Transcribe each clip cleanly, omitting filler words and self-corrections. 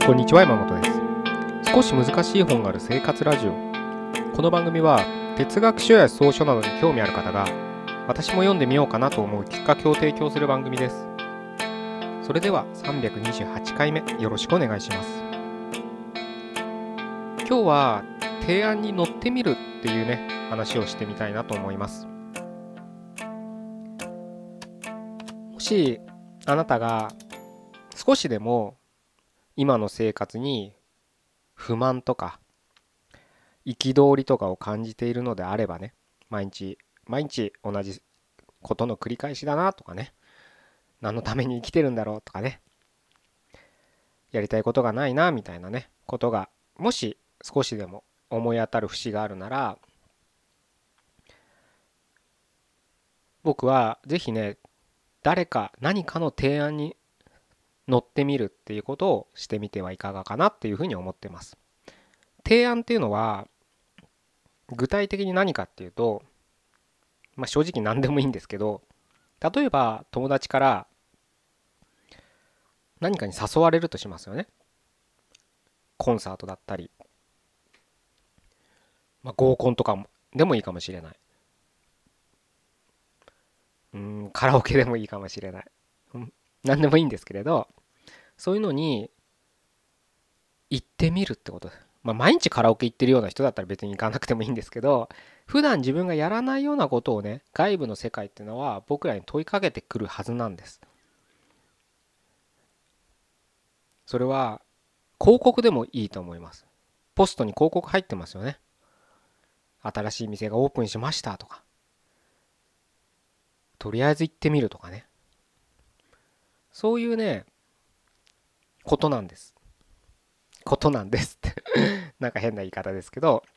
こんにちは、山本です。少し難しい本がある生活ラジオ。この番組は哲学書や草書などに興味ある方が、私も読んでみようかなと思うきっかけを提供する番組です。それでは328回目、よろしくお願いします。今日は提案に乗ってみるっていうね、話をしてみたいなと思います。もしあなたが少しでも今の生活に不満とか憤りとかを感じているのであればね、毎日毎日同じことの繰り返しだなとかね、何のために生きてるんだろうとかね、やりたいことがないなみたいなね、ことがもし少しでも思い当たる節があるなら、僕はぜひね、誰か何かの提案に乗ってみるっていうことをしてみてはいかがかなっていうふうに思ってます。提案っていうのは具体的に何かっていうと、正直何でもいいんですけど、例えば友達から何かに誘われるとしますよね。コンサートだったり、合コンとかもでもいいかもしれない。カラオケでもいいかもしれない。何でもいいんですけれど、そういうのに行ってみるってことです。毎日カラオケ行ってるような人だったら別に行かなくてもいいんですけど、普段自分がやらないようなことをね、外部の世界っていうのは僕らに問いかけてくるはずなんです。それは広告でもいいと思います。ポストに広告入ってますよね。新しい店がオープンしましたとか、とりあえず行ってみるとかね。そういうね、ことなんです。ことなんですってなんか変な言い方ですけど、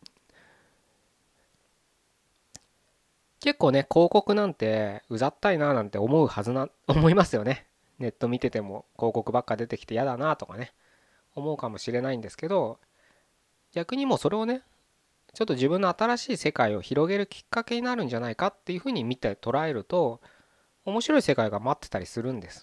結構ね、広告なんてうざったいななんて思うはずな、思いますよね。ネット見てても広告ばっか出てきて嫌だなとかね、思うかもしれないんですけど、逆にもうそれをね、ちょっと自分の新しい世界を広げるきっかけになるんじゃないかっていうふうに見て捉えると、面白い世界が待ってたりするんです。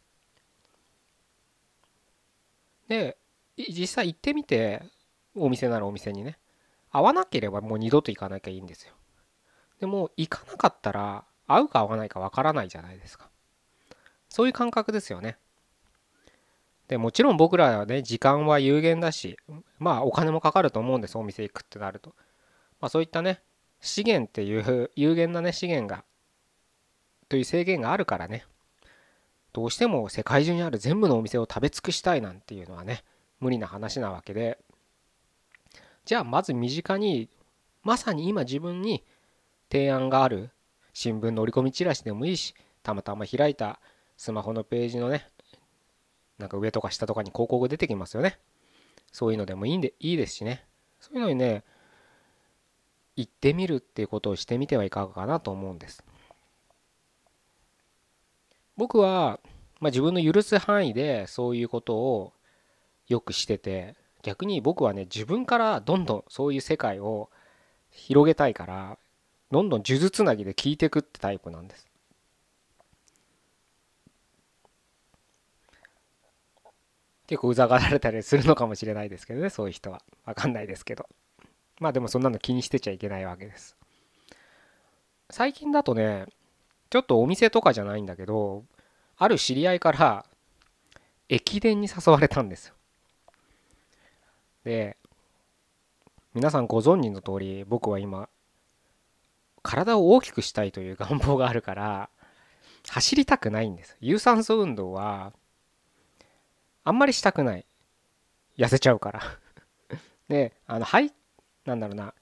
で、実際行ってみて、お店ならお店にね、合わなければもう二度と行かなきゃいいんですよ。でも行かなかったら合うか合わないかわからないじゃないですか。そういう感覚ですよね。でもちろん僕らはね、時間は有限だし、お金もかかると思うんです。お店行くってなると、そういったね、資源っていう有限なね、資源がという制限があるからね、どうしても世界中にある全部のお店を食べ尽くしたいなんていうのはね、無理な話なわけで、じゃあまず身近に、まさに今自分に提案がある新聞の折り込みチラシでもいいし、たまたま開いたスマホのページのね、なんか上とか下とかに広告出てきますよね。そういうのでもいいですしね。そういうのにね、行ってみるっていうことをしてみてはいかがかなと思うんです。僕は、自分の許す範囲でそういうことをよくしてて、逆に僕はね、自分からどんどんそういう世界を広げたいから、どんどん数珠つなぎで聞いていくってタイプなんです。結構うざがられたりするのかもしれないですけどね、そういう人は。わかんないですけど。でもそんなの気にしてちゃいけないわけです。最近だとね、ちょっとお店とかじゃないんだけど、ある知り合いから駅伝に誘われたんですよ。で、皆さんご存知の通り、僕は今、体を大きくしたいという願望があるから、走りたくないんです。有酸素運動はあんまりしたくない。痩せちゃうからで、なんだろうな、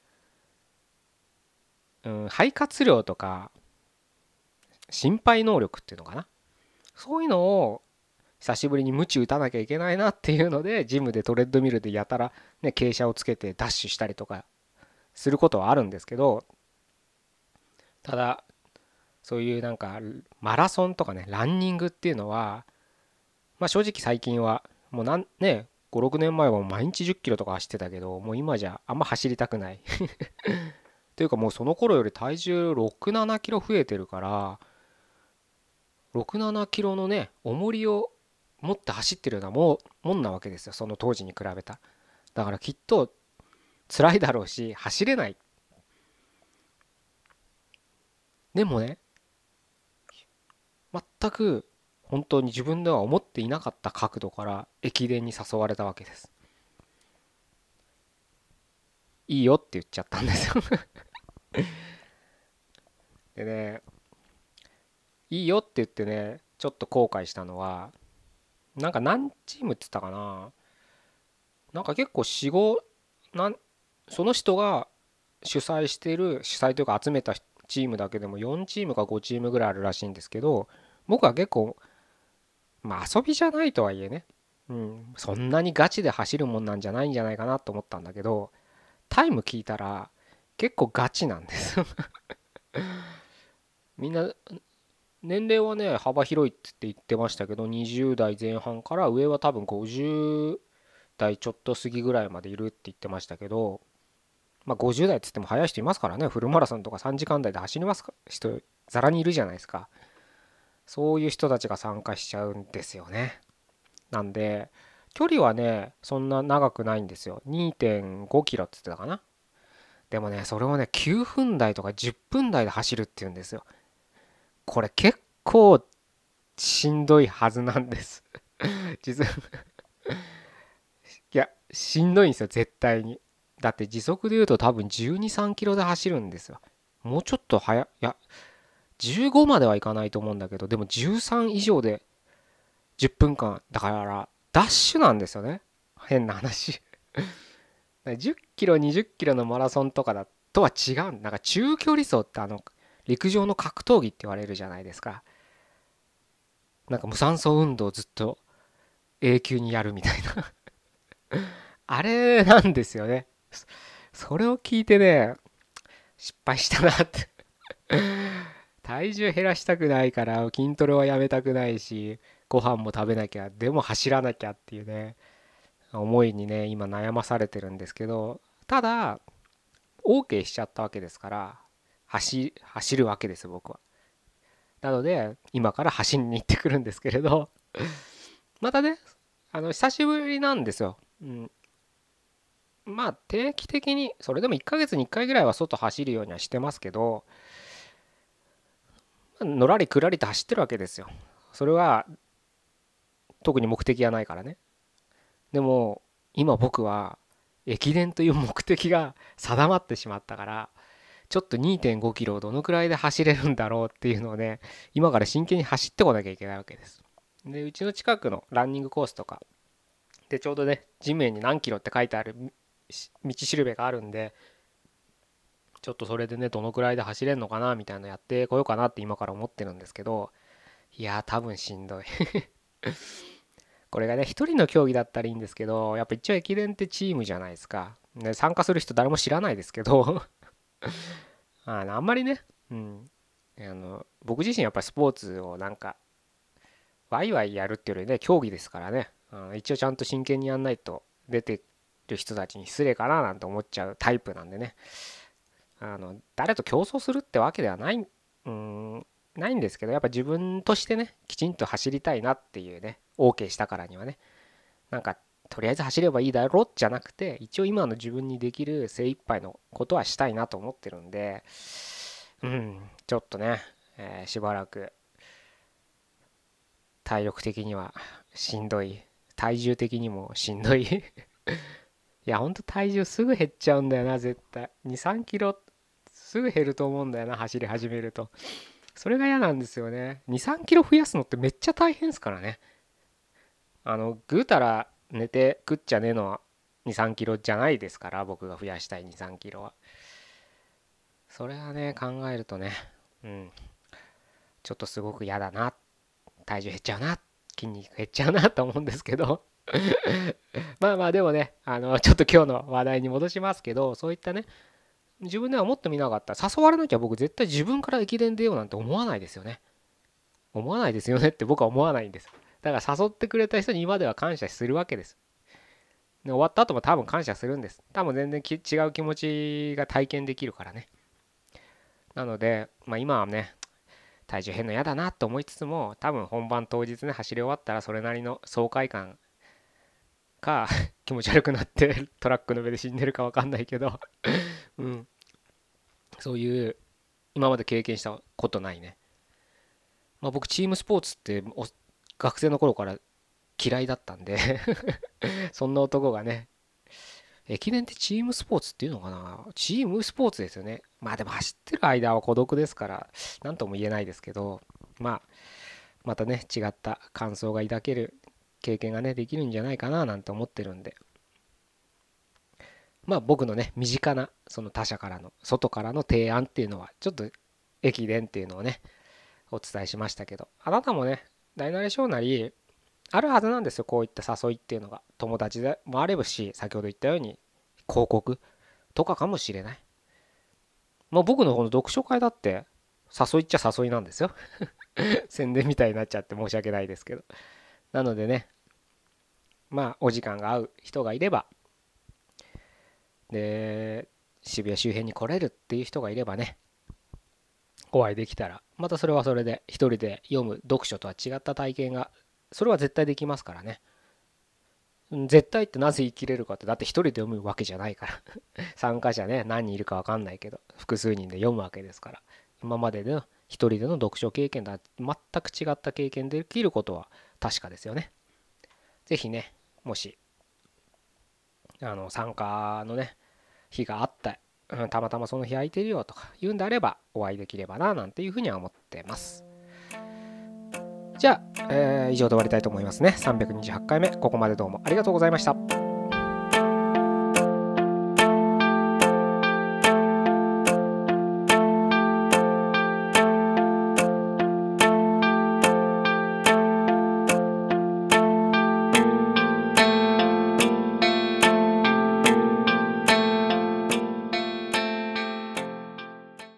肺活量とか心肺能力っていうのかな。そういうのを久しぶりに鞭打たなきゃいけないなっていうので、ジムでトレッドミルでやたらね、傾斜をつけてダッシュしたりとかすることはあるんですけど、ただ、そういうなんかマラソンとかね、ランニングっていうのは、正直最近はもう5、6年前は毎日10キロとか走ってたけど、もう今じゃあんま走りたくないというか、もうその頃より体重6、7キロ増えてるから、6、7キロのね、重りを持って走ってるようなもんなわけですよ、その当時に比べた。だからきっと辛いだろうし走れない。でもね、全く本当に自分では思っていなかった角度から駅伝に誘われたわけです。いいよって言っちゃったんですよ。でね、いいよって言ってね、ちょっと後悔したのは、なんか何チームって言ったかな、なんか結構なんその人が主催というか集めたチームだけでも4チームか5チームぐらいあるらしいんですけど、僕は結構、まあ遊びじゃないとはいえね、そんなにガチで走るもんなんじゃないんじゃないかなと思ったんだけど、タイム聞いたら結構ガチなんですよ。みんな年齢はね幅広いって言ってましたけど、20代前半から上は多分50代ちょっと過ぎぐらいまでいるって言ってましたけど、まあ50代っつっても速い人いますからね。フルマラソンとか3時間台で走ります人ざらにいるじゃないですか。そういう人たちが参加しちゃうんですよね。なんで距離はねそんな長くないんですよ。2.5キロっつってたかな。でもねそれをね9分台とか10分台で走るっていうんですよ。これ結構しんどいはずなんです。実いやしんどいんですよ絶対に。だって時速で言うと多分12、3キロで走るんですよ。もうちょっといや15まではいかないと思うんだけど、でも13以上で10分間だからダッシュなんですよね。変な話。10キロ20キロのマラソンとかとは違う。なんか中距離走って陸上の格闘技って言われるじゃないですか。なんか無酸素運動をずっと永久にやるみたいな。あれなんですよね。それを聞いてね、失敗したなって。体重減らしたくないから筋トレはやめたくないし、ご飯も食べなきゃ、でも走らなきゃっていうね、思いにね、今悩まされてるんですけど、ただ、OK しちゃったわけですから、走るわけです僕は。なので、今から走りに行ってくるんですけれど、またね、久しぶりなんですよ。まあ定期的にそれでも1ヶ月に1回ぐらいは外走るようにはしてますけど、のらりくらりと走ってるわけですよ。それは特に目的がないからね。でも今僕は駅伝という目的が定まってしまったから、ちょっと2.5キロをどのくらいで走れるんだろうっていうのをね、今から真剣に走ってこなきゃいけないわけです。でうちの近くのランニングコースとかでちょうどね地面に何キロって書いてある道しるべがあるんで、ちょっとそれでねどのくらいで走れんのかなみたいなのやってこようかなって今から思ってるんですけど、いやー多分しんどい。これがね一人の競技だったらいいんですけど、やっぱ一応駅伝ってチームじゃないですか。で参加する人誰も知らないですけど、あんまりね、僕自身やっぱりスポーツをなんかワイワイやるっていうよりね競技ですからね、一応ちゃんと真剣にやんないと出てる人たちに失礼かななんて思っちゃうタイプなんでね、誰と競争するってわけではないんですけど、やっぱ自分としてねきちんと走りたいなっていうね OK したからにはね、なんかとりあえず走ればいいだろじゃなくて、一応今の自分にできる精一杯のことはしたいなと思ってるんで、ちょっとね、しばらく体力的にはしんどい、体重的にもしんどい。いやほんと体重すぐ減っちゃうんだよな絶対。2、3キロすぐ減ると思うんだよな、走り始めると。それが嫌なんですよね。2、3キロ増やすのってめっちゃ大変ですからね。ぐうたら寝て食っちゃねえのは2、3キロじゃないですから、僕が増やしたい2、3キロは。それはね、考えるとね、うん、ちょっとすごく嫌だな。体重減っちゃうな。筋肉減っちゃうなと思うんですけど。まあまあでもね、ちょっと今日の話題に戻しますけど、そういったね、自分では思ってみなかった。誘われなきゃ僕絶対自分から駅伝出ようなんて思わないですよね。思わないですよねって僕は思わないんです。だから誘ってくれた人に今では感謝するわけです。で終わった後も多分感謝するんです。多分全然違う気持ちが体験できるからね。なので、まあ今はね、 体重変の嫌だなと思いつつも、多分本番当日ね走り終わったらそれなりの爽快感か気持ち悪くなってトラックの上で死んでるか分かんないけどうん、そういう今まで経験したことないね。まあ僕チームスポーツって学生の頃から嫌いだったんでそんな男がね、駅伝ってチームスポーツっていうのかな、チームスポーツですよね。まあでも走ってる間は孤独ですから何とも言えないですけど、まあまたね違った感想が抱ける経験がねできるんじゃないかななんて思ってるんで、まあ僕のね身近なその他者からの外からの提案っていうのはちょっと駅伝っていうのをねお伝えしましたけど、あなたもね大なり小なりあるはずなんですよ、こういった誘いっていうのが。友達でもあればし、先ほど言ったように広告とかかもしれない。もう僕のこの読書会だって誘いっちゃ誘いなんですよ宣伝みたいになっちゃって申し訳ないですけど。なのでね、まあお時間が合う人がいれば、で渋谷周辺に来れるっていう人がいればね、お会いできたらまたそれはそれで一人で読む読書とは違った体験が、それは絶対できますからね。絶対ってなぜ言い切れるかって、だって一人で読むわけじゃないから参加者ね何人いるか分かんないけど複数人で読むわけですから、今までの一人での読書経験とは全く違った経験できることは確かですよね。ぜひね、もし参加のね日があった、たまたまその日空いてるよとか言うんであればお会いできればななんていうふうには思ってます。じゃあ、以上で終わりたいと思いますね。328回目、ここまでどうもありがとうございました。